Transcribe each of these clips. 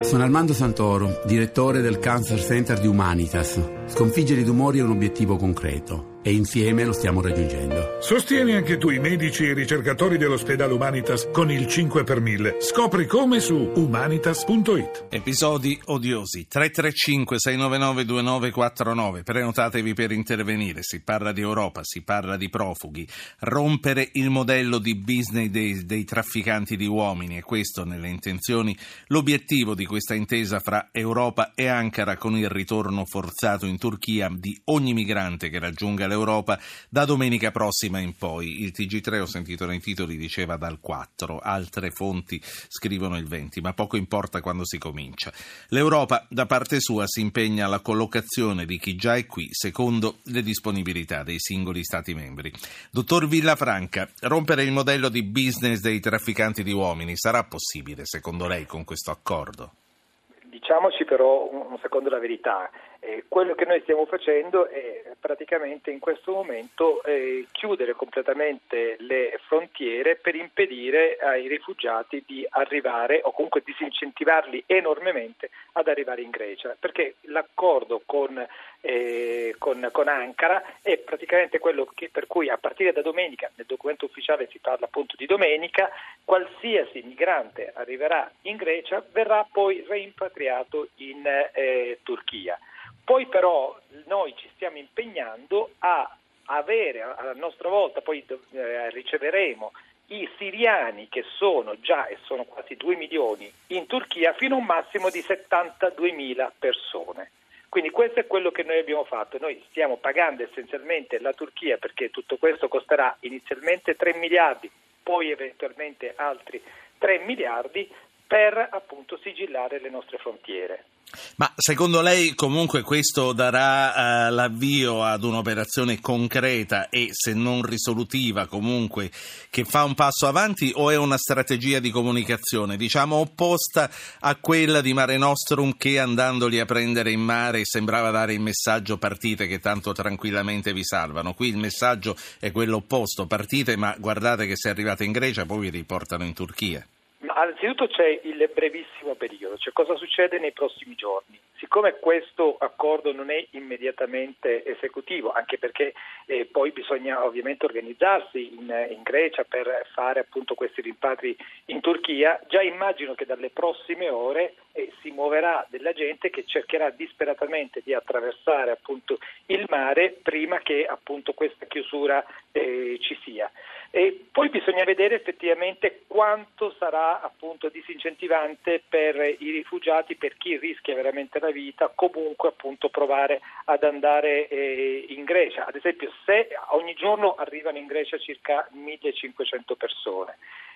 Sono Armando Santoro, direttore del Cancer Center di Humanitas. Sconfiggere i tumori è un obiettivo concreto e insieme lo stiamo raggiungendo. Sostieni anche tu i medici e i ricercatori dell'ospedale Humanitas con il 5 per 1000. Scopri come su humanitas.it. Episodi odiosi. 335-699-2949. Prenotatevi per intervenire. Si parla di Europa, si parla di profughi. Rompere il modello di business dei trafficanti di uomini. E questo, nelle intenzioni, l'obiettivo di questa intesa fra Europa e Ankara, con il ritorno forzato in Turchia di ogni migrante che raggiunga l'Europa da domenica prossima in poi. Il TG3, ho sentito nei titoli, diceva dal 4, altre fonti scrivono il 20, ma poco importa quando si comincia. L'Europa da parte sua si impegna alla collocazione di chi già è qui secondo le disponibilità dei singoli Stati membri. Dottor Villafranca, rompere il modello di business dei trafficanti di uomini sarà possibile secondo lei con questo accordo? Diciamoci però un secondo la verità. Quello che noi stiamo facendo è praticamente in questo momento chiudere completamente le frontiere per impedire ai rifugiati di arrivare, o comunque disincentivarli enormemente ad arrivare in Grecia, perché l'accordo con Ankara è praticamente quello per cui a partire da domenica, nel documento ufficiale si parla appunto di domenica, qualsiasi migrante arriverà in Grecia verrà poi rimpatriato in Turchia. Poi però noi ci stiamo impegnando a avere a nostra volta, poi riceveremo i siriani che sono già, e sono quasi 2 milioni, in Turchia fino a un massimo di 72.000 persone. Quindi questo è quello che noi abbiamo fatto. Noi stiamo pagando essenzialmente la Turchia perché tutto questo costerà inizialmente 3 miliardi, poi eventualmente altri 3 miliardi per appunto sigillare le nostre frontiere. Ma secondo lei comunque questo darà l'avvio ad un'operazione concreta e, se non risolutiva, comunque che fa un passo avanti, o è una strategia di comunicazione, diciamo, opposta a quella di Mare Nostrum, che andandoli a prendere in mare sembrava dare il messaggio: partite che tanto tranquillamente vi salvano? Qui il messaggio è quello opposto: partite ma guardate che se arrivate in Grecia poi vi riportano in Turchia. Anzitutto c'è il brevissimo periodo, cioè cosa succede nei prossimi giorni. Siccome questo accordo non è immediatamente esecutivo, anche perché poi bisogna ovviamente organizzarsi in Grecia per fare appunto questi rimpatri in Turchia, già immagino che dalle prossime ore si muoverà della gente che cercherà disperatamente di attraversare appunto il mare prima che appunto questa chiusura ci sia. E poi bisogna vedere effettivamente quanto sarà appunto disincentivante per i rifugiati, per chi rischia veramente la vita, comunque appunto provare ad andare in Grecia. Ad esempio, se ogni giorno arrivano in Grecia circa 1.500 persone,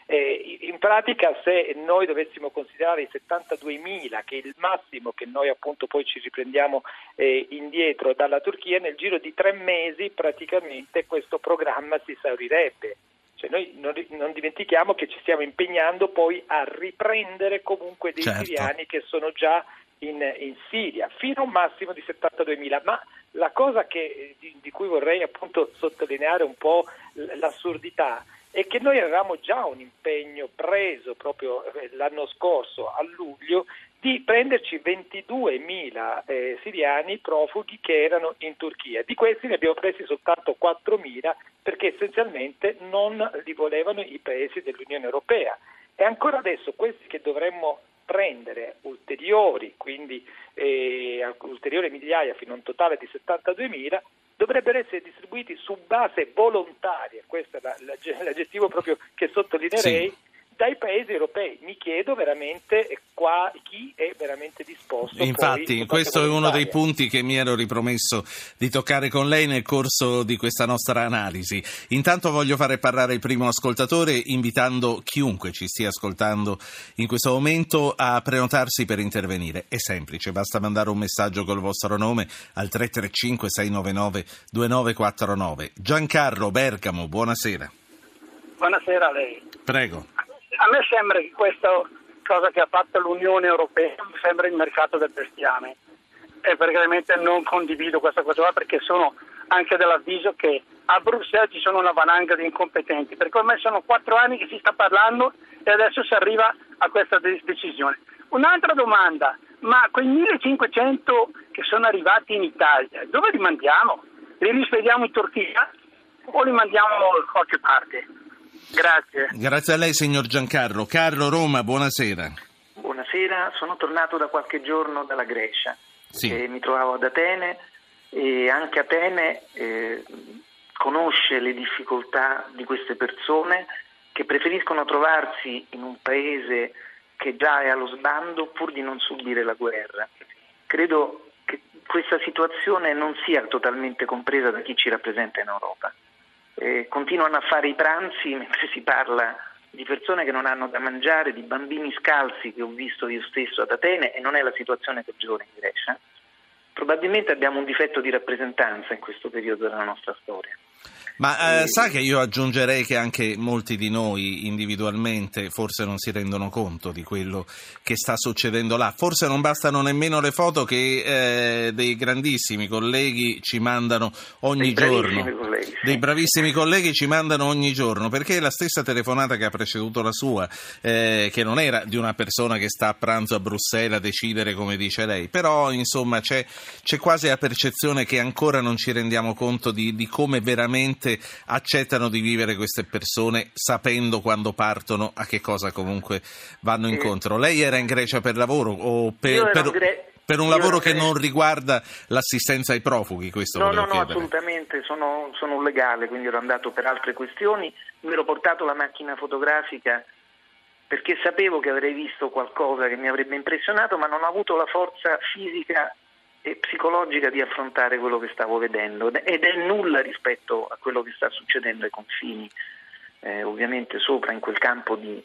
in pratica se noi dovessimo considerare i 72.000, che è il massimo che noi appunto poi ci riprendiamo indietro dalla Turchia, nel giro di 3 mesi praticamente questo programma si esaurirebbe. Cioè noi non dimentichiamo che ci stiamo impegnando poi a riprendere comunque dei siriani che sono già in Siria, fino a un massimo di 72.000. Ma la cosa di cui vorrei appunto sottolineare un po' l'assurdità è che noi avevamo già un impegno preso proprio l'anno scorso a luglio di prenderci 22.000 siriani profughi che erano in Turchia. Di questi ne abbiamo presi soltanto 4.000 perché essenzialmente non li volevano i paesi dell'Unione Europea. E ancora adesso questi che dovremmo prendere ulteriori, quindi ulteriori migliaia fino a un totale di 72.000, dovrebbero essere distribuiti su base volontaria, questo è l'aggettivo proprio che sottolineerei, sì, dai paesi europei. Mi chiedo veramente qua chi è veramente disposto. Infatti, questo è uno dei punti che mi ero ripromesso di toccare con lei nel corso di questa nostra analisi. Intanto voglio fare parlare il primo ascoltatore, invitando chiunque ci stia ascoltando in questo momento a prenotarsi per intervenire. È semplice, basta mandare un messaggio col vostro nome al 335-699-2949. Giancarlo, Bergamo, buonasera. Buonasera a lei. Prego. A me sembra che questa cosa che ha fatto l'Unione Europea sembra il mercato del bestiame, e praticamente non condivido questa cosa qua, perché sono anche dell'avviso che a Bruxelles ci sono una valanga di incompetenti, perché ormai sono 4 anni che si sta parlando e adesso si arriva a questa decisione. Un'altra domanda, ma quei 1500 che sono arrivati in Italia, dove li mandiamo? Li rispediamo in Turchia o li mandiamo da qualche parte? Grazie. Grazie a lei, signor Giancarlo. Carlo, Roma, buonasera. Buonasera, sono tornato da qualche giorno dalla Grecia. Sì. Mi trovavo ad Atene e anche Atene conosce le difficoltà di queste persone che preferiscono trovarsi in un paese che già è allo sbando pur di non subire la guerra. Credo che questa situazione non sia totalmente compresa da chi ci rappresenta in Europa. Continuano a fare i pranzi mentre si parla di persone che non hanno da mangiare, di bambini scalzi che ho visto io stesso ad Atene, e non è la situazione peggiore in Grecia. Probabilmente abbiamo un difetto di rappresentanza in questo periodo della nostra storia. Ma sa che io aggiungerei che anche molti di noi individualmente forse non si rendono conto di quello che sta succedendo là. Forse non bastano nemmeno le foto che dei grandissimi colleghi ci mandano ogni giorno. Dei bravissimi colleghi ci mandano ogni giorno, perché la stessa telefonata che ha preceduto la sua, che non era di una persona che sta a pranzo a Bruxelles a decidere come dice lei, però insomma c'è quasi la percezione che ancora non ci rendiamo conto di come veramente accettano di vivere queste persone, sapendo quando partono a che cosa comunque vanno incontro. Lei era in Grecia per lavoro o per un lavoro che non riguarda l'assistenza ai profughi? Questo No, chiedere. assolutamente, sono un legale, quindi ero andato per altre questioni. Mi ero portato la macchina fotografica perché sapevo che avrei visto qualcosa che mi avrebbe impressionato, ma non ho avuto la forza fisica e psicologica di affrontare quello che stavo vedendo, ed è nulla rispetto a quello che sta succedendo ai confini, ovviamente sopra in quel campo di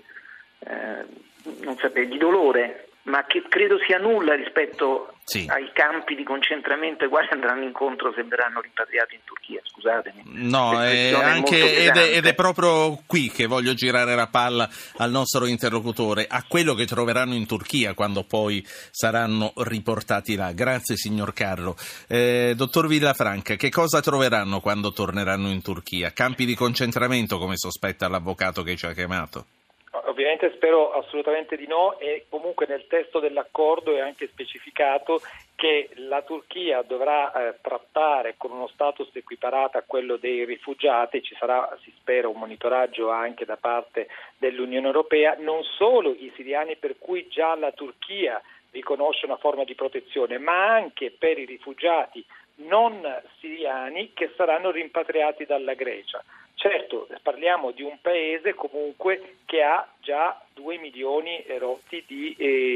dolore, ma che credo sia nulla rispetto ai campi di concentramento ai quali andranno incontro se verranno rimpatriati in Turchia. Scusatemi. No, ed è proprio qui che voglio girare la palla al nostro interlocutore, a quello che troveranno in Turchia quando poi saranno riportati là. Grazie signor Carlo. Dottor Villafranca, che cosa troveranno quando torneranno in Turchia? Campi di concentramento, come sospetta l'avvocato che ci ha chiamato? Ovviamente spero assolutamente di no, e comunque nel testo dell'accordo è anche specificato che la Turchia dovrà trattare con uno status equiparato a quello dei rifugiati. Ci sarà, si spera, un monitoraggio anche da parte dell'Unione Europea, non solo i siriani per cui già la Turchia riconosce una forma di protezione, ma anche per i rifugiati non siriani che saranno rimpatriati dalla Grecia. Certo, parliamo di un paese comunque che ha già 2 milioni rotti di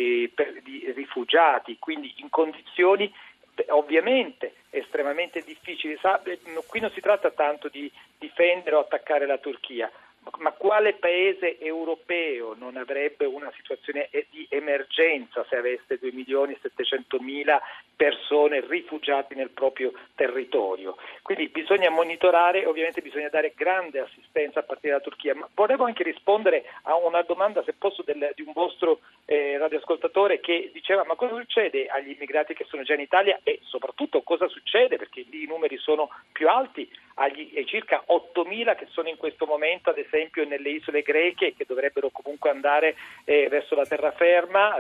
rifugiati, quindi in condizioni ovviamente estremamente difficili. Qui non si tratta tanto di difendere o attaccare la Turchia, ma quale paese europeo non avrebbe una situazione di emergenza se avesse 2.700.000 persone rifugiati nel proprio territorio? Quindi bisogna monitorare, ovviamente bisogna dare grande assistenza a partire dalla Turchia. Ma volevo anche rispondere a una domanda, se posso, di un vostro radioascoltatore che diceva: ma cosa succede agli immigrati che sono già in Italia, e soprattutto cosa succede, perché lì i numeri sono più alti, ai circa 8.000 che sono in questo momento ad esempio nelle isole greche, che dovrebbero comunque andare verso la terraferma,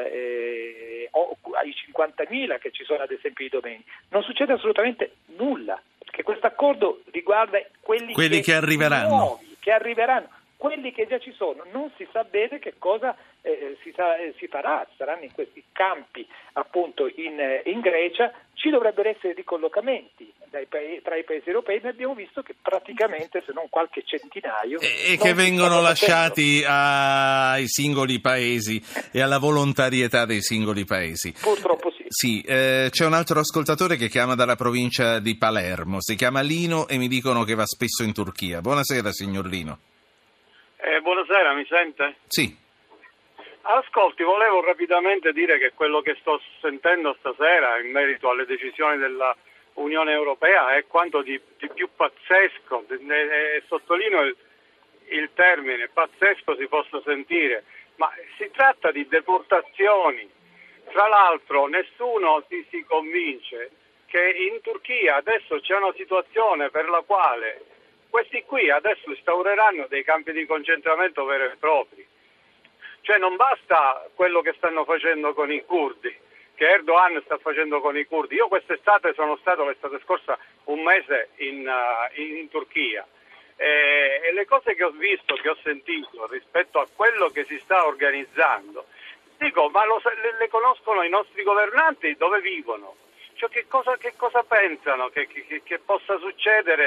o ai 50.000 che ci sono ad esempio i domeni. Non succede assolutamente nulla, perché questo accordo riguarda quelli che arriveranno. Nuovi, che arriveranno. Quelli che già ci sono non si sa bene che cosa si farà. Saranno in questi campi appunto in Grecia. Ci dovrebbero essere ricollocamenti tra i paesi europei, ne abbiamo visto che praticamente, se non qualche centinaio, e che vengono lasciati ai singoli paesi e alla volontarietà dei singoli paesi. Purtroppo sì. Sì, c'è un altro ascoltatore che chiama dalla provincia di Palermo, si chiama Lino e mi dicono che va spesso in Turchia. Buonasera signor Lino. Buonasera, mi sente? Sì. Ascolti, volevo rapidamente dire che quello che sto sentendo stasera in merito alle decisioni della Unione Europea è quanto di più pazzesco, sottolineo il termine pazzesco si possa sentire, ma si tratta di deportazioni. Tra l'altro nessuno si convince che in Turchia adesso c'è una situazione per la quale questi qui adesso instaureranno dei campi di concentramento veri e propri. Cioè non basta quello che stanno facendo con i curdi, che Erdogan sta facendo con i curdi. Io quest'estate sono stato, l'estate scorsa, un mese in Turchia e le cose che ho visto, che ho sentito rispetto a quello che si sta organizzando, dico, ma le conoscono i nostri governanti dove vivono? Cioè che cosa pensano che possa succedere?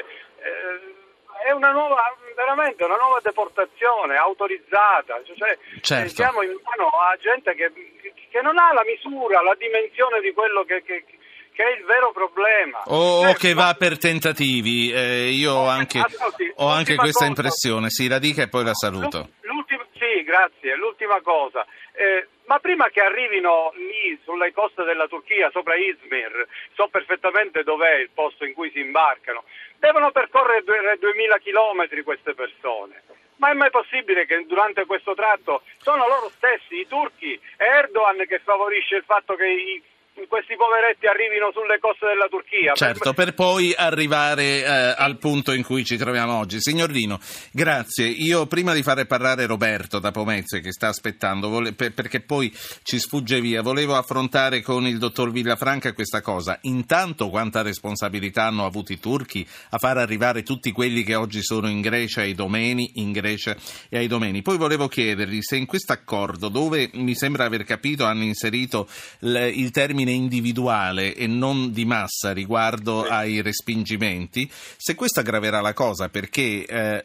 È veramente una nuova deportazione autorizzata, cioè certo. Siamo in mano a gente che non ha la misura, la dimensione di quello che è il vero problema. O che va per tentativi, io ho anche questa impressione. Sì, la dica e poi la saluto. Sì, grazie. L'ultima cosa. Ma prima che arrivino lì sulle coste della Turchia, sopra Izmir, so perfettamente dov'è il posto in cui si imbarcano, devono percorrere 2000 chilometri queste persone. Ma è mai possibile che durante questo tratto sono loro stessi, i turchi e Erdogan, che favorisce il fatto che questi poveretti arrivino sulle coste della Turchia? Certo, per poi arrivare al punto in cui ci troviamo oggi. Signor Rino, grazie. Io prima di fare parlare Roberto da Pomezia, che sta aspettando, perché poi ci sfugge via, volevo affrontare con il dottor Villafranca questa cosa. Intanto, quanta responsabilità hanno avuto i turchi a far arrivare tutti quelli che oggi sono in Grecia e ai domeni. Poi volevo chiedergli se in questo accordo, dove mi sembra aver capito hanno inserito il termine individuale e non di massa riguardo ai respingimenti, se questo aggraverà la cosa, perché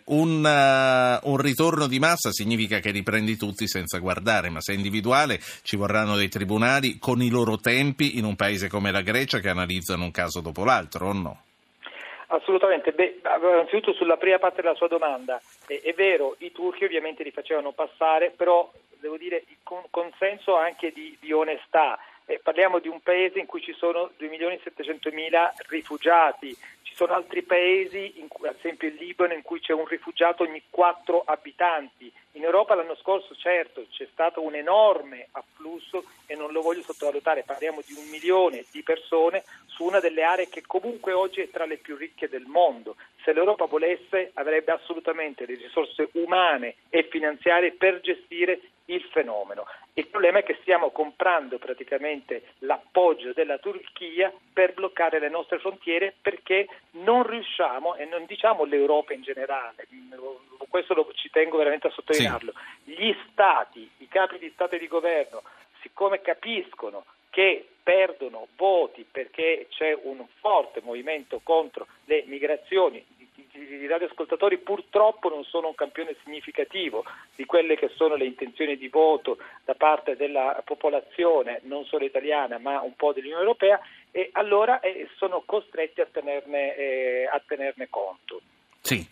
un ritorno di massa significa che li prendi tutti senza guardare, ma se è individuale ci vorranno dei tribunali con i loro tempi in un paese come la Grecia che analizzano un caso dopo l'altro, o no? Assolutamente. Innanzitutto sulla prima parte della sua domanda, è vero, i turchi ovviamente li facevano passare, però devo dire con consenso anche di onestà. Parliamo di un paese in cui ci sono 2.700.000 rifugiati, ci sono altri paesi, ad esempio il Libano, in cui c'è un rifugiato ogni 4 abitanti. In Europa l'anno scorso, certo, c'è stato un enorme afflusso e non lo voglio sottovalutare, parliamo di 1 milione di persone su una delle aree che comunque oggi è tra le più ricche del mondo. Se l'Europa volesse avrebbe assolutamente le risorse umane e finanziarie per gestire il fenomeno. Il problema è che stiamo comprando praticamente l'appoggio della Turchia per bloccare le nostre frontiere, perché non riusciamo, e non diciamo l'Europa in generale, questo ci tengo veramente a sottolinearlo, sì. Gli stati, i capi di Stato e di governo, siccome capiscono che perdono voti perché c'è un forte movimento contro le migrazioni, i radioascoltatori purtroppo non sono un campione significativo di quelle che sono le intenzioni di voto da parte della popolazione, non solo italiana ma un po' dell'Unione Europea, e allora sono costretti a tenerne conto. Sì.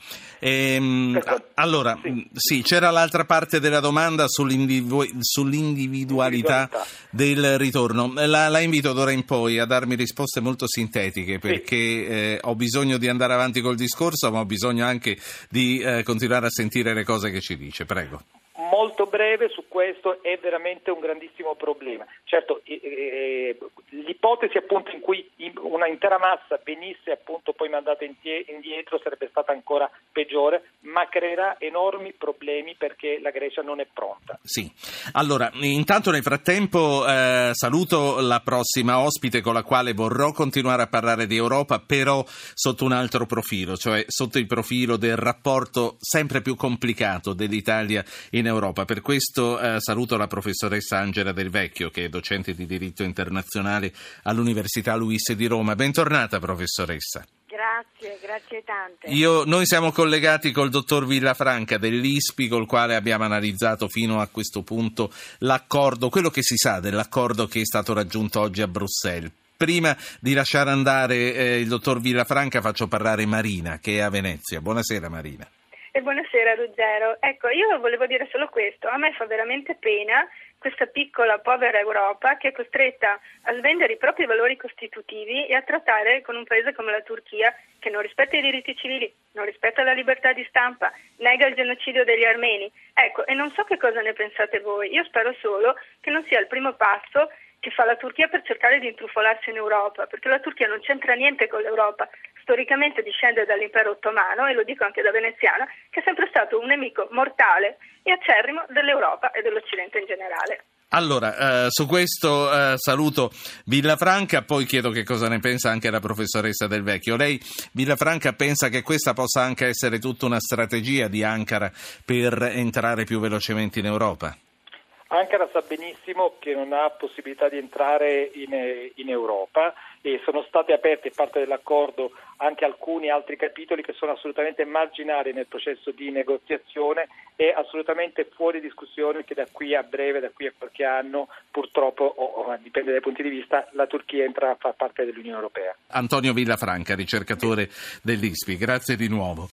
Allora, sì, c'era l'altra parte della domanda sull'individualità del ritorno. La invito d'ora in poi a darmi risposte molto sintetiche, perché ho bisogno di andare avanti col discorso, ma ho bisogno anche di continuare a sentire le cose che ci dice. Prego. Molto breve su questo, è veramente un grandissimo problema. Certo, l'ipotesi appunto in cui una intera massa venisse appunto poi mandata indietro sarebbe stata ancora peggiore, ma creerà enormi problemi perché la Grecia non è pronta. Sì, allora intanto nel frattempo saluto la prossima ospite con la quale vorrò continuare a parlare di Europa, però sotto un altro profilo, cioè sotto il profilo del rapporto sempre più complicato dell'Italia in Europa. Per questo saluto la professoressa Angela Del Vecchio, che è docente di diritto internazionale all'Università Luis di Roma. Bentornata, professoressa. Grazie tante. Noi siamo collegati col dottor Villafranca dell'ISPI, col quale abbiamo analizzato fino a questo punto l'accordo, quello che si sa dell'accordo che è stato raggiunto oggi a Bruxelles. Prima di lasciare andare il dottor Villafranca faccio parlare Marina, che è a Venezia. Buonasera Marina. E buonasera Ruggero. Ecco, io volevo dire solo questo. A me fa veramente pena questa piccola povera Europa che è costretta a svendere i propri valori costitutivi e a trattare con un paese come la Turchia, che non rispetta i diritti civili, non rispetta la libertà di stampa, nega il genocidio degli armeni. Ecco, e non so che cosa ne pensate voi. Io spero solo che non sia il primo passo che fa la Turchia per cercare di intrufolarsi in Europa, perché la Turchia non c'entra niente con l'Europa, storicamente discende dall'impero ottomano, e lo dico anche da veneziana, che è sempre stato un nemico mortale e acerrimo dell'Europa e dell'Occidente in generale. Allora, su questo saluto Villafranca, poi chiedo che cosa ne pensa anche la professoressa Del Vecchio. Lei, Villafranca, pensa che questa possa anche essere tutta una strategia di Ankara per entrare più velocemente in Europa? Ankara sa benissimo che non ha possibilità di entrare in Europa, e sono stati aperti, parte dell'accordo, anche alcuni altri capitoli che sono assolutamente marginali nel processo di negoziazione e assolutamente fuori discussione che da qui a breve, da qui a qualche anno, purtroppo, dipende dai punti di vista, la Turchia entra a far parte dell'Unione Europea. Antonio Villafranca, ricercatore dell'ISPI, grazie di nuovo.